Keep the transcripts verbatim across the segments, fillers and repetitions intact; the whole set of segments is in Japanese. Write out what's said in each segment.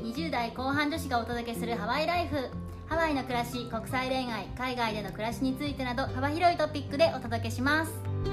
にじゅう代後半女子がお届けするハワイライフ。ハワイの暮らし、国際恋愛、海外での暮らしについてなど幅広いトピックでお届けします。こ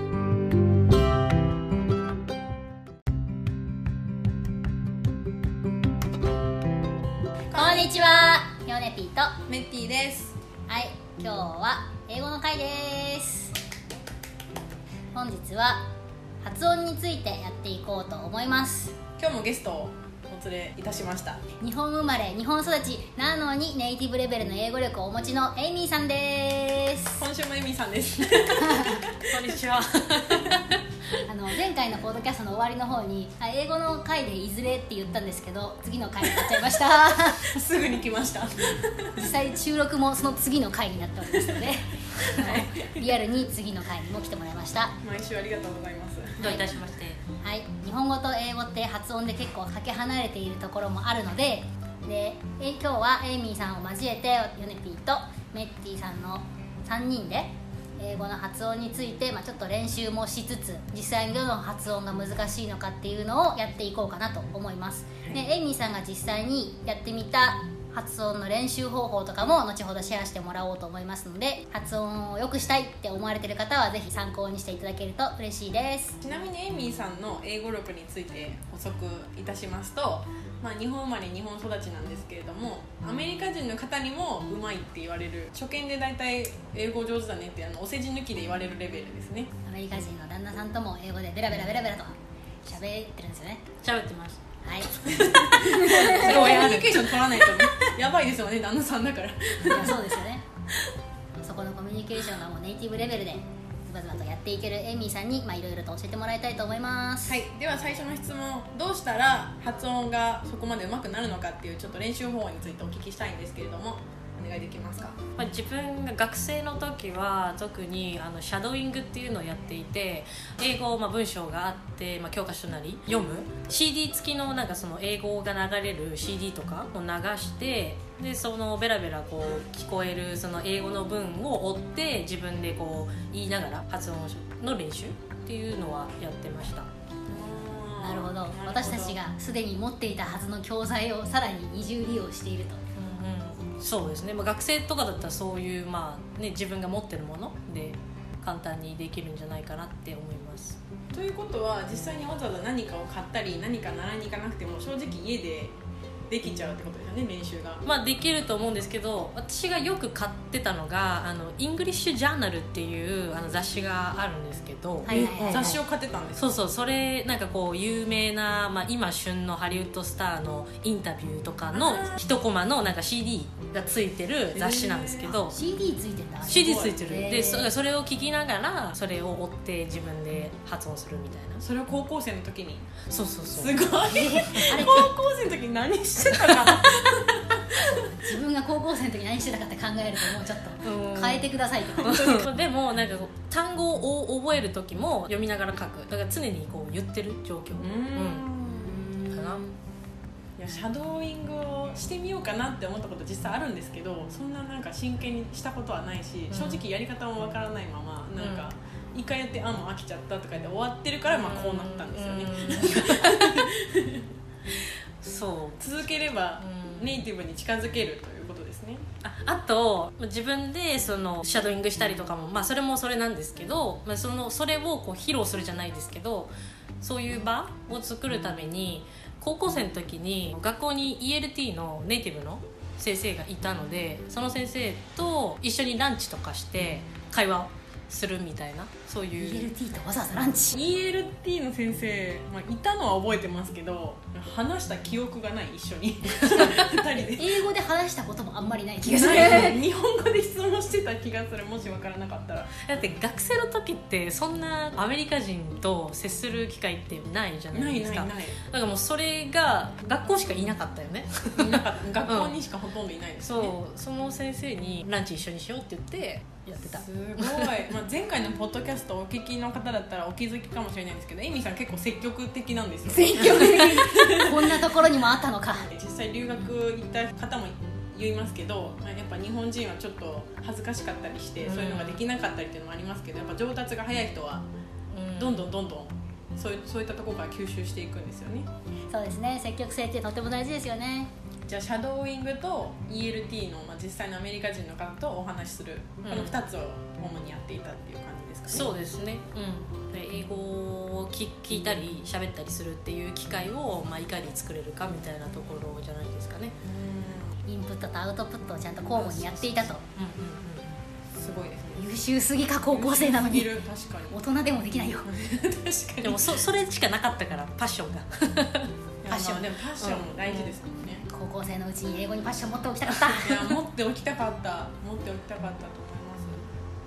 んにちは、ヨネピーとメッティです。 はい、今日は英語の回です。本日は発音についてやっていこうと思います。 今日もゲストをお連れいたしました。 日本生まれ日本育ちなのにネイティブレベルの英語力をお持ちのエイミーさんです。 今週もエイミーさんですこんにちはあの前回のポッドキャストの終わりの方にあ英語の回でいずれって言ったんですけど、次の回になっちゃいましたすぐに来ました実際収録もその次の回になっておりますので、はい、リアルに次の回にも来てもらいました。 毎週ありがとうございます。 どういたしまして。 はい、日本語と英語って発音で結構かけ離れているところもあるので、でえ今日はエイミーさんを交えてヨネピーとメッティさんのさんにんで英語の発音について、まあ、ちょっと練習もしつつ実際にどの発音が難しいのかっていうのをやっていこうかなと思います。でエイミーさんが実際にやってみた発音の練習方法とかも後ほどシェアしてもらおうと思いますので、発音を良くしたいって思われている方はぜひ参考にしていただけると嬉しいです。 ちなみにエイミーさんの英語力について補足いたしますと、まあ、日本生まれ日本育ちなんですけれども、アメリカ人の方にもうまいって言われる、初見でだいたい英語上手だねってあのお世辞抜きで言われるレベルですね。 アメリカ人の旦那さんとも英語でベラベラベラベラと喋ってるんですよね。 喋ってます。 はいすごいコミュニケーション取らないとねやばいですよね、旦那さんだから。いやそうですよねそこのコミュニケーションがもうネイティブレベルでズバズバとやっていけるエイミーさんにいろいろと教えてもらいたいと思います。 はい、では最初の質問、どうしたら発音がそこまで上手くなるのかっていうちょっと練習方法についてお聞きしたいんですけれども、お願いできますか。 まあ、自分が学生の時は特にあのシャドーイングっていうのをやっていて、英語、まあ、文章があって、まあ、教科書なり読む シーディー 付きのなんかその英語が流れる シーディー とかを流して、でそのベラベラこう聞こえるその英語の文を追って自分でこう言いながら発音の練習っていうのはやってました。 なるほど、私たちがすでに持っていたはずの教材をさらに二重利用していると。 そうですね、まあ、学生とかだったらそういう、まあね、自分が持ってるもので簡単にできるんじゃないかなって思います。 ということは実際にわざわざ何かを買ったり何か習いに行かなくても正直家でできちゃうってことですよね、練習が。 まあできると思うんですけど、私がよく買ってたのがあのイングリッシュジャーナルっていうあの雑誌があるんですけど、 はいはいはい、 雑誌を買ってたんですか。そうそう、それなんかこう有名な、まあ、今旬のハリウッドスターのインタビューとかの一コマのなんか シーディー がついてる雑誌なんですけど、 シーディー ついてんだ。 シーディー ついてる。で そ, それを聞きながらそれを追って自分で発音するみたいな。 それを高校生の時に。 そうそうそう、 すごい高校生の時に何してたかな自分が高校生の時何してたかって考えるともうちょっと変えてくださいってでもなんか単語を覚える時も読みながら書く、だから常にこう言ってる状況。うんうんかな。 いやシャドーイングをしてみようかなって思ったこと実際あるんですけど、そんななんか真剣にしたことはないし、正直やり方もわからないままなんか一回やってあもう飽きちゃったとか言って終わってるから、まあこうなったんですよね。 そう続ければネイティブに近づけるということですね。 あ, あと自分でそのシャドーイングしたりとかも、まあ、それもそれなんですけど、まあ、そのそれをこう披露するじゃないですけど、そういう場を作るために高校生の時に学校に イーエルティー のネイティブの先生がいたので、その先生と一緒にランチとかして会話するみたいな、そういうイーエルティー とわざわざランチ。 イーエルティー の先生、まあ、いたのは覚えてますけど話した記憶がない。一緒にふたりで英語で話したこともあんまりない気がする日本語で質問してた気がする、もし分からなかったら。 だって学生の時ってそんなアメリカ人と接する機会ってないじゃないですか。 ないないない。 だからもうそれが学校しかいなかったよねいなかった学校にしかほとんどいないですね、 うん、そうその先生にランチ一緒にしようって言ってやってた。 すごい、まあ、前回のポッドキャストをお聞きの方だったらお気づきかもしれないんですけど、エイミーさん結構積極的なんですよ。 積極的こんなところにもあったのか。 実際留学行った方も言いますけど、まあ、やっぱ日本人はちょっと恥ずかしかったりして、うん、そういうのができなかったりっていうのもありますけど、やっぱ上達が早い人はどんどんどんどんそうい、そういったところから吸収していくんですよね。 そうですね、積極性ってとても大事ですよね。 じゃあシャドーイングと イーエルティー の、まあ、実際のアメリカ人の方とお話しする、 うん、 このふたつを主にやっていたっていう感じですかね。 そうですね、うん、で英語を聞聞いたり喋ったりするっていう機会を、まあ、いかに作れるかみたいなところじゃないですかね。 うん、 インプットとアウトプットをちゃんと交互にやっていたと。 うんうんうん、 すごいですね。 優秀すぎか高校生なのに。 確かに大人でもできないよ。 確かに。 でも そ, それしかなかったからパッションがファッション、でもファッションも大事ですもんね。 高校生のうちに英語にパッション持っておきたかった。 いや持っておきたかった持っておきたかったと思います。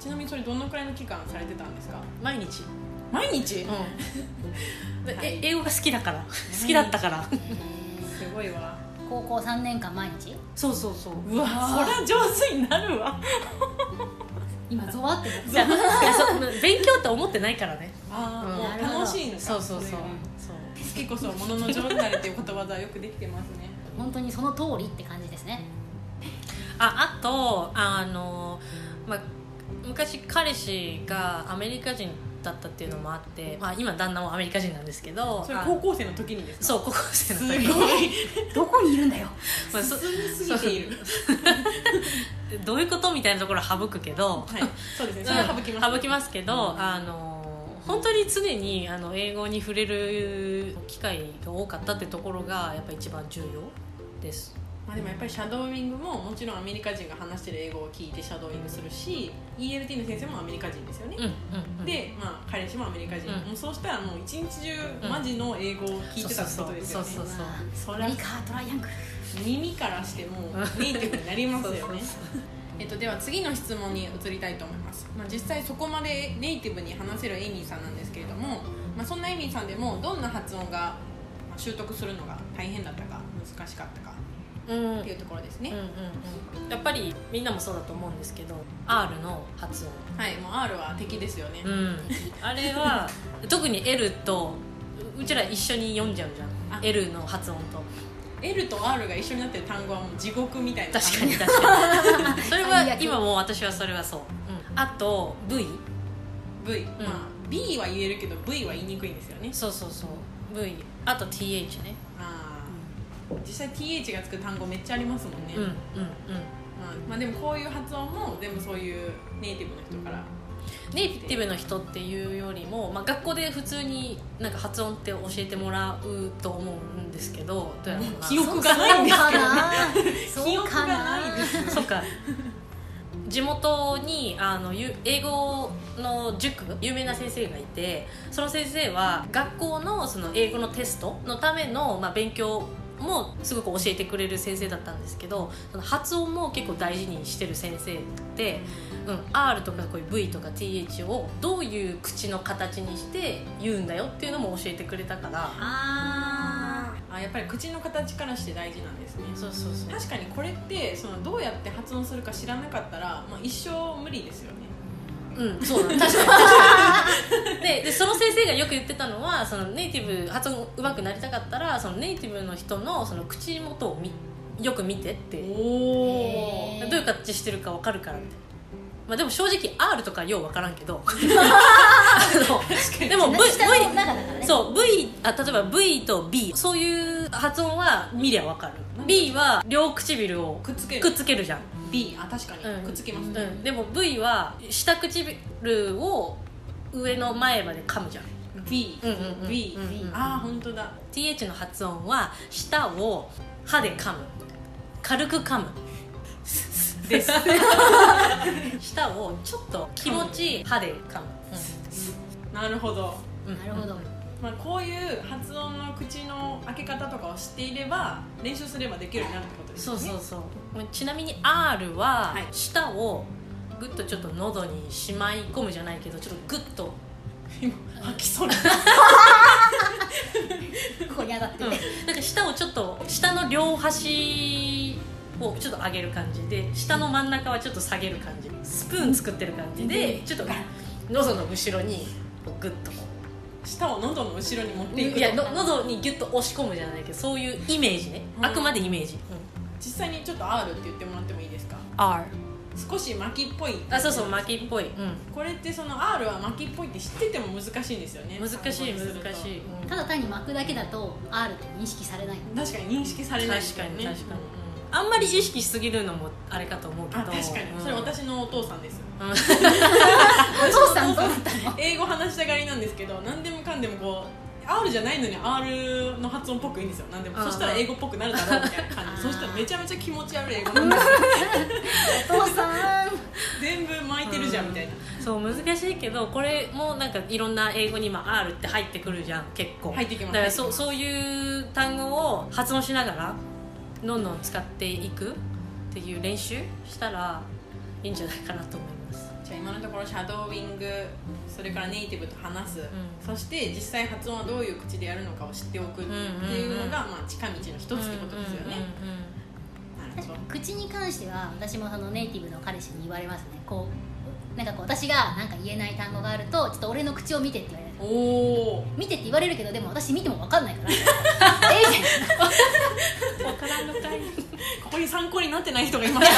ちなみにそれどのくらいの期間されてたんですか？ 毎日、 毎日、 うんでえ英語が好きだから好きだったからえーすごいわ。 高校さんねんかん毎日。 そうそうそううわそりゃ上手になるわ。 今ゾワってなってじゃあいやそ勉強って思ってないからね。 ああ、 うんもう楽しいのか。 そうそうそうれがそう好きこそものの上手なれっていうことわざよくできてますね。 本当にその通りって感じですね。 ああとあの、まあ、昔彼氏がアメリカ人だったっていうのもあって、まあ、今旦那もアメリカ人なんですけど、 それ高校生の時にですか？ そう高校生のす時ごいどこにいるんだよ。 まあそ進みすぎている。 どういうことみたいなところは省くけど、 はい、そうですね。それは省きます。 省きますけど、あの本当に常にあの英語に触れる機会が多かったってところがやっぱり一番重要です。 まあ、でもやっぱりシャドーイングももちろんアメリカ人が話してる英語を聞いてシャドーイングするし イーエルティー の先生もアメリカ人ですよね、 うんうんうん、 で、まあ、彼氏もアメリカ人、 うんもうそうしたらもう一日中マジの英語を聞いてたってことですよね。 そうそうそうそりゃアメリカトライアングル。 耳からしてもうネイティブになりますよね。 そうそうそうえっと、では次の質問に移りたいと思います、まあ、実際そこまでネイティブに話せるエイミーさんなんですけれども、まあ、そんなエイミーさんでもどんな発音がまあ習得するのが大変だったか難しかったかうんっていうところですね、 うんうんうん、やっぱりみんなもそうだと思うんですけど アール の発音、 はい、もう R は敵ですよね、 うん、あれは特に L とうちら一緒に読んじゃうじゃん。 L の発音と L と R が一緒になってる単語はもう地獄みたいな確かに確かにそれは今もう私はそれはそう、うん、あと V V、 うんまあ、B は言えるけど V は言いにくいんですよね。 そうそうそう V あと ティーエイチ ね。 あ、うん、実際 ティーエイチ がつく単語めっちゃありますもんね、 うんうんうん、 まあ、まあでもこういう発音も全部そういうネイティブの人からネイティブの人っていうよりも、まあ、学校で普通になんか発音って教えてもらうと思うんですけど、どうやろうな、 記憶がないんですけど記憶がそうかなないですそうか地元にあのゆ英語の塾有名な先生がいて、その先生は学校のその英語のテストのための、まあ、勉強もすごく教えてくれる先生だったんですけど、その発音も結構大事にしてる先生で、うん、R とかこういう V とか ティーエイチ をどういう口の形にして言うんだよっていうのも教えてくれたから。 ああ、やっぱり口の形からして大事なんですね。 そうそうそう、 確かにこれってそのどうやって発音するか知らなかったら、まあ、一生無理ですよね。 うん、そうだ、ね、確かに確かにででその先生がよく言ってたのは、そのネイティブ発音上手くなりたかったらそのネイティブの人のその口元をみよく見てって、 おへーどういう形してるか分かるからみたいな。まあ、でも正直 R とかよう分からんけどあのでも V, 下の中だからね。 そう V あ例えば V と B そういう発音は見りゃ分かる。 B は両唇をくっつけるくっつけるじゃん。 B、あ、確かに、 うんくっつきますね、 うん、でも V は下唇を上の前まで噛むじゃん。 B、 うんうんうん B、 うんうんああ本当だ。 ティーエイチ の発音は舌を歯で噛む、軽く噛むです舌をちょっと気持ちいい歯で噛む、 なるほど、 うんなるほど。 まあ、こういう発音の口の開け方とかを知っていれば練習すればできるようになるってことですそよね。 うそうそう。ちなみに R ははい舌をグッとちょっと喉にしまい込むじゃないけど、ちょっとグッと、 今吐きそうになっここに上がってうん、 ね。 なんか舌をちょっと下の両端をちょっと上げる感じで、下の真ん中はちょっと下げる感じ、スプーン作ってる感じでちょっと喉の後ろにこうグッとこ舌を喉の後ろに持っていくと。 う、いやの喉にギュッと押し込むじゃないけど、そういうイメージね、 うんあくまでイメージ、うん、 実際にちょっと R って言ってもらってもいいですか？ R 少し巻きっぽい。 あ、そうそう、巻きっぽい、うん、 これってその R は巻きっぽいって知ってても難しいんですよね。 難しい難しい、うん、 ただ単に巻くだけだと R って認識されない。 確かに認識されないですよね。 確かに確かに、うん、あんまり意識しすぎるのもあれかと思うけど。 あ、確かに、うん、それ私のお父さんです、うん、 お父さんどうだったの？ 英語話したがりなんですけど、何でもかんでもこうR じゃないのに R の発音っぽくいいんですよ。なんでもそしたら英語っぽくなるだろうみたいな感じ。そしたらめちゃめちゃ気持ち悪い英語なんですよお父さん全部巻いてるじゃんみたいな、 うん、そう難しいけど、これもなんかいろんな英語に今 R って入ってくるじゃん。結構入ってきます。 だからそ う, そういう単語を発音しながらどんどん使っていくっていう練習したらいいんじゃないかなと思います。 じゃあ今のところシャドーイング、それからネイティブと話す、うん、そして実際発音はどういう口でやるのかを知っておくっていうのが、まあ、近道の一つってことですよね。 口に関しては私もそのネイティブの彼氏に言われますね。こうなんかこう私がなんか言えない単語があるとちょっと俺の口を見てって言われる。 お見てって言われるけど、でも私見ても分かんないからええ分からんのかいここに参考になってない人がいました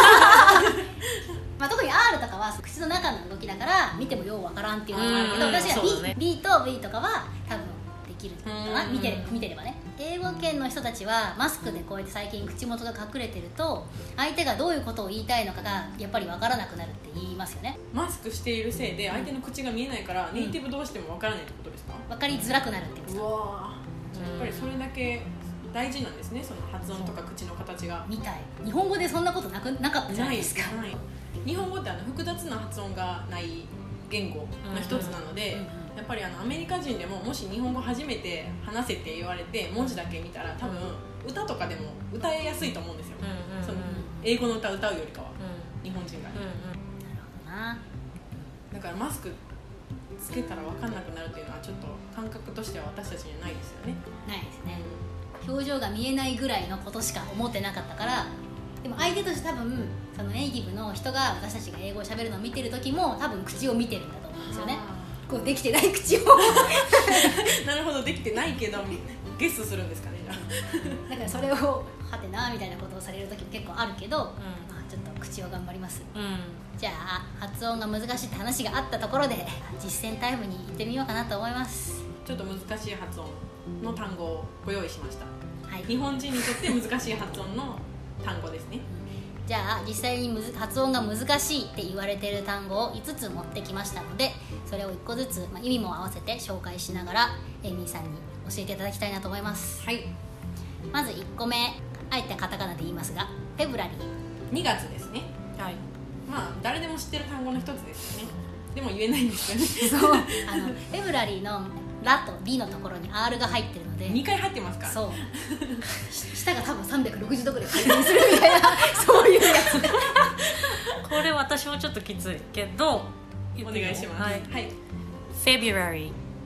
まあ、特に R とかは口の中の動きだから見てもようわからんっていうのがあるけど、私は B, ね、B と V とかは多分できるかな、見てれば見てればね。英語圏の人たちはマスクでこうやって最近口元が隠れてると相手がどういうことを言いたいのかがやっぱりわからなくなるって言いますよね。 マスクしているせいで相手の口が見えないから、うん、ネイティブどうしてもわからないってことですか？ わかりづらくなるってことですか？ うわー、やっぱりそれだけ大事なんですね、その発音とか口の形が。 みたい。日本語でそんなことなくなかったじゃないですか。 ないない。日本語ってあの複雑な発音がない言語の一つなので、うんうんうんうん、やっぱりあのアメリカ人でももし日本語初めて話せって言われて文字だけ見たら多分歌とかでも歌いやすいと思うんですよ、うんうんうん、その英語の歌を歌うよりかは、うん、日本人が、ね、 うんうん、なるほどな。 だからマスクつけたら分かんなくなるっていうのはちょっと感覚としては私たちにはないですよね。 ないですね。表情が見えないぐらいのことしか思ってなかったから。でも相手として多分そのネイティブの人が私たちが英語を喋るのを見てる時も多分口を見てるんだと思うんですよね。こうできてない口をなるほど、できてないけどゲスするんですかね。 だからそれをはてなみたいなことをされる時も結構あるけど、うん、まあ、ちょっと口を頑張ります、うん、じゃあ発音が難しいって話があったところで実践タイムに行ってみようかなと思います。ちょっと難しい発音の単語をご用意しました、はい、日本人にとって難しい発音の単語ですね。じゃあ実際にむず発音が難しいって言われている単語をいつつ持ってきましたので、それをいっこずつ、まあ、意味も合わせて紹介しながらエイミーさんに教えていただきたいなと思います。はい、まずいっこめ、あえてカタカナで言いますがフェブラリー、にがつですね。はい、まあ誰でも知ってる単語の一つですよね。でも言えないんですよね。そうあのフェブラリーのラとリのところに R が入ってるのでにかい入ってますから。そう舌が多分さんびゃくろくじゅうどぐらい回転するみたいなそういうやつこれ私もちょっときついけどお願いします。はい、はい、 February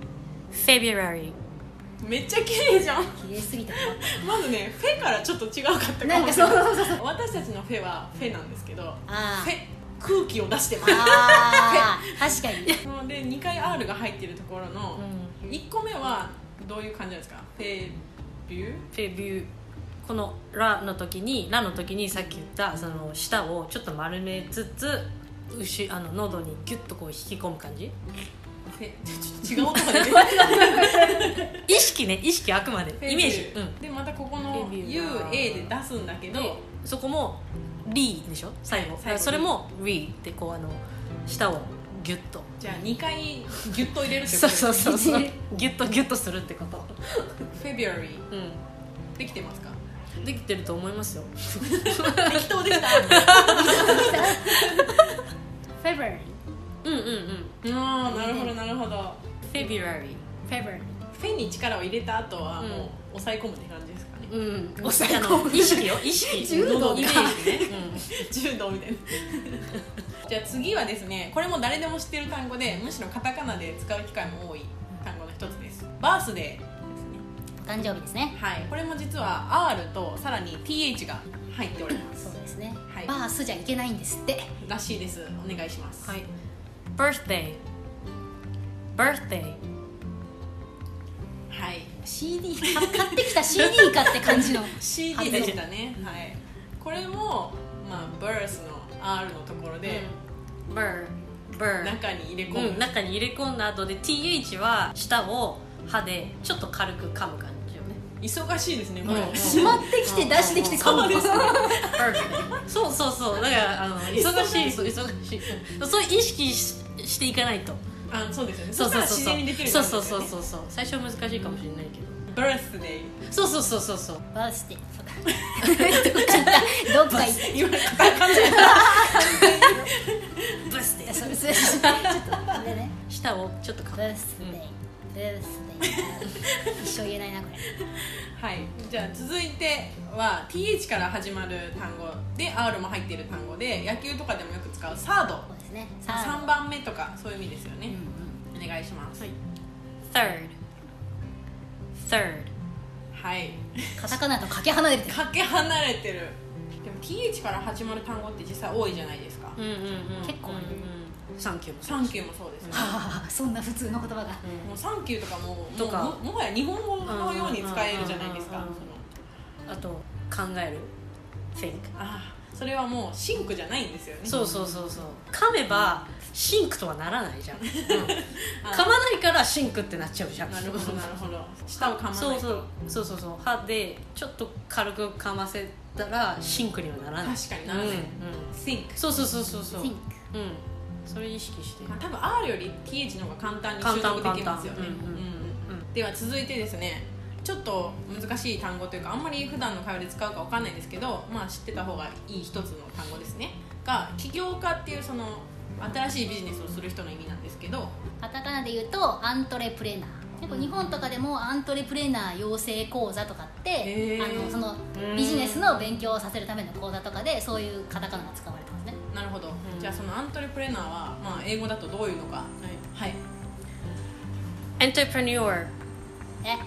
February めっちゃ綺麗じゃん。 綺麗すぎた。 まずね、フェからちょっと違うかったかもしれない。なんかそうそうそう、私たちのフェはフェなんですけど、あフェ空気を出してます。 あ確かに。 でにかい R が入ってるところのいっこめはどういう感じなんですか？フェビュー？ フェビュー。このラの時にラの時にさっき言ったその舌をちょっと丸めつつ牛あの喉にギュッとこう引き込む感じ。 えちょっと違う音が出て意識ね、意識あくまでイメージ、 うん、でまたここの ユーエー で出すんだけどそこもリーでしょ最後、最後それもリーってこうあの舌をギュッと、 じゃあにかいギュッと入れるってことですそうそうそうそうギュッとギュッとするってことフェビュアリー、うん、できてますか？ できてると思いますよ適当でしたフェブラリー、 うんうんうん、ああなるほどなるほど。 フェビュアリー、 フェブラリー、 フェに力を入れた後はもう抑え込むって感じですかね。 うん、抑え込む意識よ、意識柔道イメージね、 うん、柔道みたいなじゃあ次はですね、これも誰でも知ってる単語でむしろカタカナで使う機会も多い単語の一つです。バースデーですね。 お誕生日ですね。 はい、これも実は R とさらに ティーエイチ が入っております。 そうですね、 はい、 バースじゃいけないんですってらしいです。お願いします。はい、 birthday birthday、 はい、 シーディー 買ってきた シーディー かって感じのシーディー でしたね。はい、これもまあ birth の R のところで、 うん、burr burr 中に入れ込む、 うん、中に入れ込んだ後で ティーエイチ は舌を歯でちょっと軽く噛む感じよね。 忙しいですねこれ、 うんしまってきて出してきて噛むんですね。 そうそうそう、だからあの忙しい、そう忙しい、そういう意識 し, していかないと。 あ、そうですよね。 そうそうそうそしたら自然にできるそう感じですよね。 そうそうそうそう、最初は難しいかもしれないけど、 バースデーそうそうそうそうそう、 バースデーどっか行った今カタカナでバスでそれそれちょっとあれね、 舌をちょっと噛む。 バースデー、バースデー一生言えないなこれ。 はい、じゃあ続いては ティーエイチ から始まる単語で R も入っている単語で、野球とかでもよく使うサード、 そうですね。 さんばんめとかそういう意味ですよね、 うんうん、 お願いします。はい、 third third はい、 カタカナとかけ離れてる。 かけ離れてる。でも ティーエイチ から始まる単語って実際多いじゃないですか。 うんうんうん、 結構あるね。 サンキューもサンキューもそうですね。 はあ、そんな普通の言葉が。 もうサンキューとかももうとかももはや日本語のように使えるじゃないですか。 うんうんうんうんそのあと考える think、 あ、それはもうシンクじゃないんですよね。 そうそうそうそう、噛めばシンクとはならないじゃん、うん、 あ噛まないからシンクってなっちゃうじゃん。 なるほどなるほど。舌を噛まないと。 そうそうそうそうそう、歯でちょっと軽く噛ませたらシンクにはならない。 確かにならない、 うんうん、 think。 そうそうそうそうそう、 think うん、それ意識してまあ、多分 R より ティーエイチ の方が簡単に習得できますよね。 簡単簡単うんうんうんでは続いてですね、ちょっと難しい単語というかあんまり普段の会話で使うかわかんないんですけど、まあ、知ってた方がいい一つの単語ですねが、起業家っていうその新しいビジネスをする人の意味なんですけど、 カタカナで言うとアントレプレナー。結構日本とかでもアントレプレナー養成講座とかってへーあのそのビジネスの勉強をさせるための講座とかでそういうカタカナが使われてますね。 なるほど、 んじゃあそのアントレプレナーは、まあ、英語だとどういうのか。はい、 entrepreneur え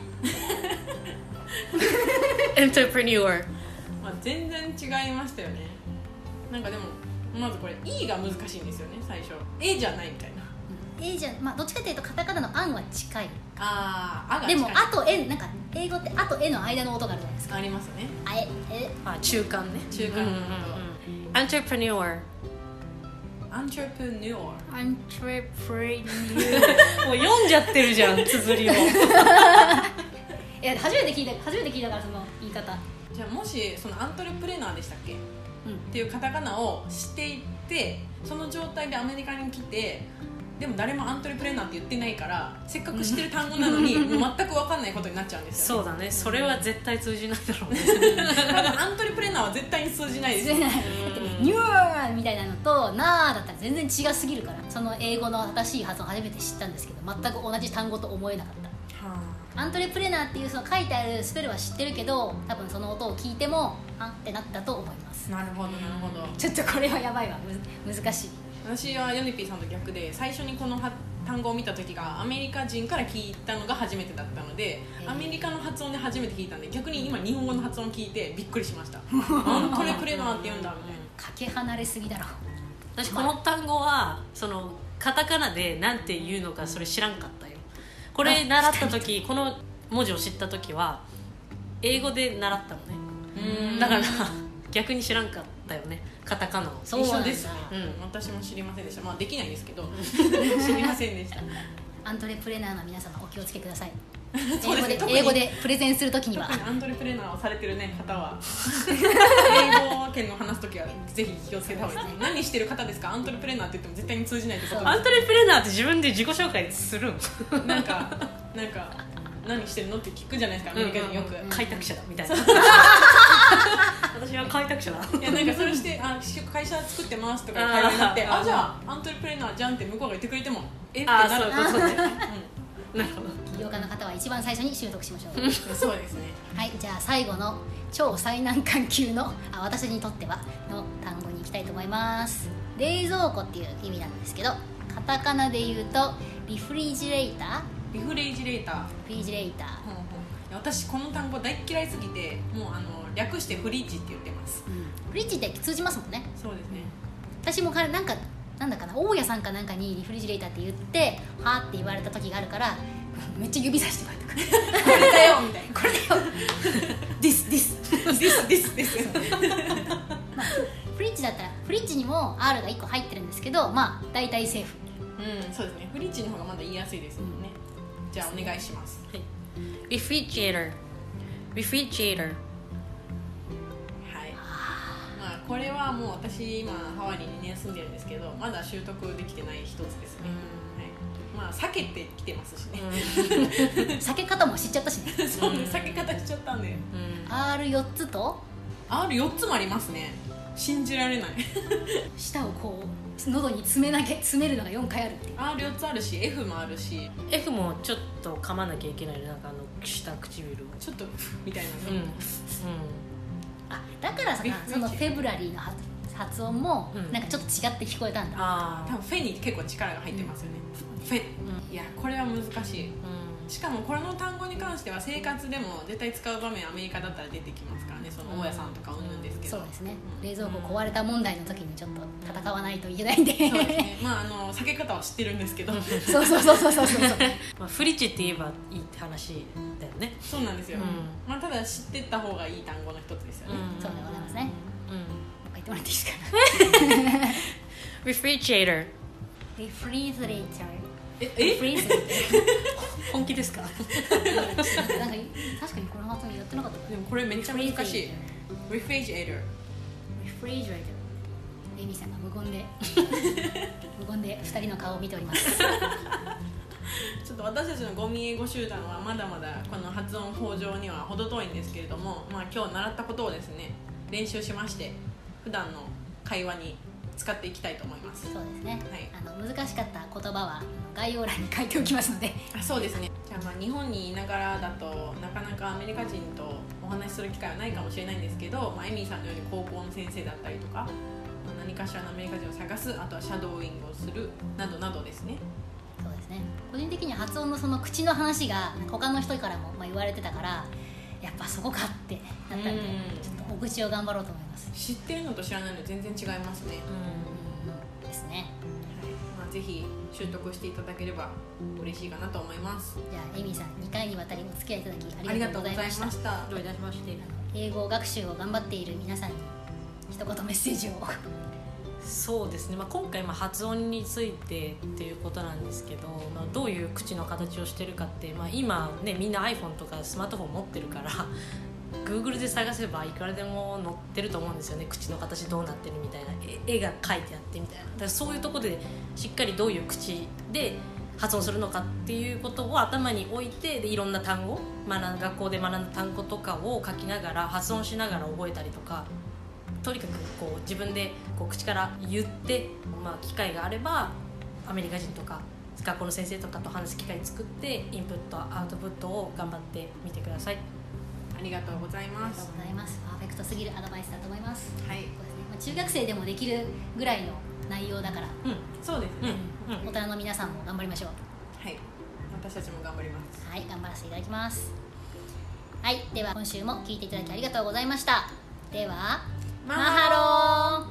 entrepreneur まあ、全然違いましたよね。なんかでもまずこれ E が難しいんですよね最初。 A じゃないみたいな。 A じゃん、まあ、どっちかというとカタカナのアンは近い。 あー、あがでも近いあと N なんか英語ってあと N の間の音があるじゃないですか。 ありますね。 あええあ、中間ね、 中間の音、 うんうんうん、entrepreneur アントレプニュー。 アントレプレナーもう読んじゃってるじゃん綴りをいや初めて聞いた初めて聞いたからその言い方。 じゃあもしそのアントレプレナーでしたっけっうんていうカタカナを知っていて、その状態でアメリカに来て、でも誰もアントレプレナーって言ってないから、せっかく知ってる単語なのにもう全く分かんないことになっちゃうんですよ、ね、 そうだね、それは絶対通じないだろうね多分アントレプレナーは絶対に通じないですよ。 だってニューみたいなのとナーだったら全然違すぎるから、その英語の正しい発音初めて知ったんですけど全く同じ単語と思えなかった。 はアントレプレナーっていうその書いてあるスペルは知ってるけど、多分その音を聞いてもあんってなったと思います。 あ、なるほどなるほど。 ちょっとこれはやばいわ、む難しい。 私はヨネピーさんと逆で、最初にこのは単語を見た時がアメリカ人から聞いたのが初めてだったので、 へーアメリカの発音で初めて聞いたんで、逆に今日本語の発音を聞いてびっくりしましたアントレプレナーって言うんだみたいな。 かけ離れすぎだろ。 私この単語はそのカタカナでなんて言うのかそれ知らんかったよ。これ習った時、この文字を知った時は英語で習ったのね。 うーんだから逆に知らんかったよね、カタカナを。 そうなんだ一緒です、 うん、 私も知りませんでした。まあできないですけど知りませんでしたアントレプレナーの皆様お気をつけくださいそうですね、 英語で特に英語でプレゼンするときには特にアントレプレナーをされてる、ね、方は英語圏の話すときはぜひ気をつけた方がいいですね。何してる方ですか、アントレプレナーって言っても絶対に通じないってことアントレプレナーって自分で自己紹介するんなんかなんか何してるのって聞くじゃないですか、アメリカ人よく、 うんうんうん、開拓者だみたいな私は開拓者だいやなんかそれしてあ会社作ってますとか会話になって、 あーあじゃあアントレプレナーじゃんって向こうが言ってくれてもえってあなるーそういうことねうなるほど。 起業家の方は一番最初に習得しましょうん、そうですね。 はいじゃあ最後の超最難関級のあ私にとってはの単語に行きたいと思います。冷蔵庫っていう意味なんですけど、カタカナで言うとリフリジレーターリフレジレーター、 リフリジレーター、 ほんほん、私この単語大っ嫌いすぎて、もうあの略してフリッジって言ってます。 フリッジって通じますもんね。 そうですね。 私も彼なんかなんだかな大家さんかなんかにリフリジレーターって言ってはーって言われた時があるからめっちゃ指さしてこうやってこれだよみたいな。 これだよディスディスですですです。 まあ、フリッチだったらフリッチにも R がいっこ入ってるんですけど、まあ大体セーフ。 うん、そうですね。フリッチの方がまだ言いやすいですもんね、うん、じゃあお願いします。 はい、refrigerator refrigerator。 はい、 まあこれはもう私今ハワイににねん住んでるんですけど、まだ習得できてない一つですね、うん、はい、まあ避けてきてますしね、 うん、避け方も知っちゃったしねそうね、避け方しちゃったんで、 うん、アールよっ つとアールよっ つもありますね。信じられない舌をこう喉に詰めなきゃ詰めるのがよんかいあるっていう。 アールよっ つあるし F もあるし、 F もちょっと噛まなきゃいけないね、なんかあの下唇をちょっとみたいな、 うん、うん、 あ、だからさ、そのフェブラリーの発発音もなんかちょっと違って聞こえたんだ、 うん、あ多分フェに結構力が入ってますよね、うん、フェ、うん、いやこれは難しい、うん、しかもこれの単語に関しては生活でも絶対使う場面アメリカだったら出てきますからね、その大家さんとかうんぬんですけど、 そうですね、うん、冷蔵庫壊れた問題の時にちょっと戦わないといけないんで、そうですね、まああの避け方は知ってるんですけどそうそうそうそうそうそうまあフリッチって言えばいいって話だよね。 そうなんですよ、うん、まあ、ただ知ってった方がいい単語の一つですよね、 うん、そうでございますね、うん、言ってもらっていいですか refrigerator refrigerator ええ本気ですかなんか確かにこの発音やってなかった。 でもこれめっちゃ難しい。 refrigerator refrigerator。 エミさんが無言で無言でふたりの顔を見ておりますちょっと私たちのゴミ英語集団はまだまだこの発音向上には程遠いんですけれども、まあ、今日習ったことをですね練習しまして普段の会話に使っていきたいと思います。 そうですね、 はい、 あの難しかった言葉は概要欄に書いておきますのであ、そうですね。じゃあまあ日本にいながらだとなかなかアメリカ人とお話しする機会はないかもしれないんですけど、まあ、エミーさんのように高校の先生だったりとか、まあ、何かしらのアメリカ人を探す、あとはシャドーイングをするなどなどですね。 そうですね、個人的には発音のその口の話が他の人からもまあ言われてたからやっぱそこかってなったんで、ちょっとお口を頑張ろうと思います。 知ってるのと知らないの全然違いますね。 うんですね、 はい、まあ、ぜひ習得していただければ嬉しいかなと思います。 じゃあエミさんにかいにわたりお付き合いいただきありがとうございました。 ありがとうございました。 どういたしまして。 英語学習を頑張っている皆さんに一言メッセージをそうですね、まあ、今回まあ発音についてっていうことなんですけど、まあ、どういう口の形をしてるかって、まあ、今ねみんな iPhone とかスマートフォン持ってるからGoogle で探せばいくらでも載ってると思うんですよね。口の形どうなってるみたいな絵が描いてあってみたいな。だからそういうところでしっかりどういう口で発音するのかっていうことを頭に置いて、でいろんな単語学ん学校で学んだ単語とかを書きながら発音しながら覚えたりとか、とにかくこう自分でこう口から言って、まあ、機会があればアメリカ人とか学校の先生とかと話す機会作ってインプットアウトプットを頑張ってみてください。 ありがとうございます。 ありがとうございます。パーフェクトすぎるアドバイスだと思います。 はい、 そうですね、まあ、中学生でもできるぐらいの内容だから、 うん、そうですね、 うんうん、大人の皆さんも頑張りましょう。 はい、私たちも頑張ります。 はい、頑張らせていただきます。はい、では今週も聞いていただきありがとうございました。ではマハロー。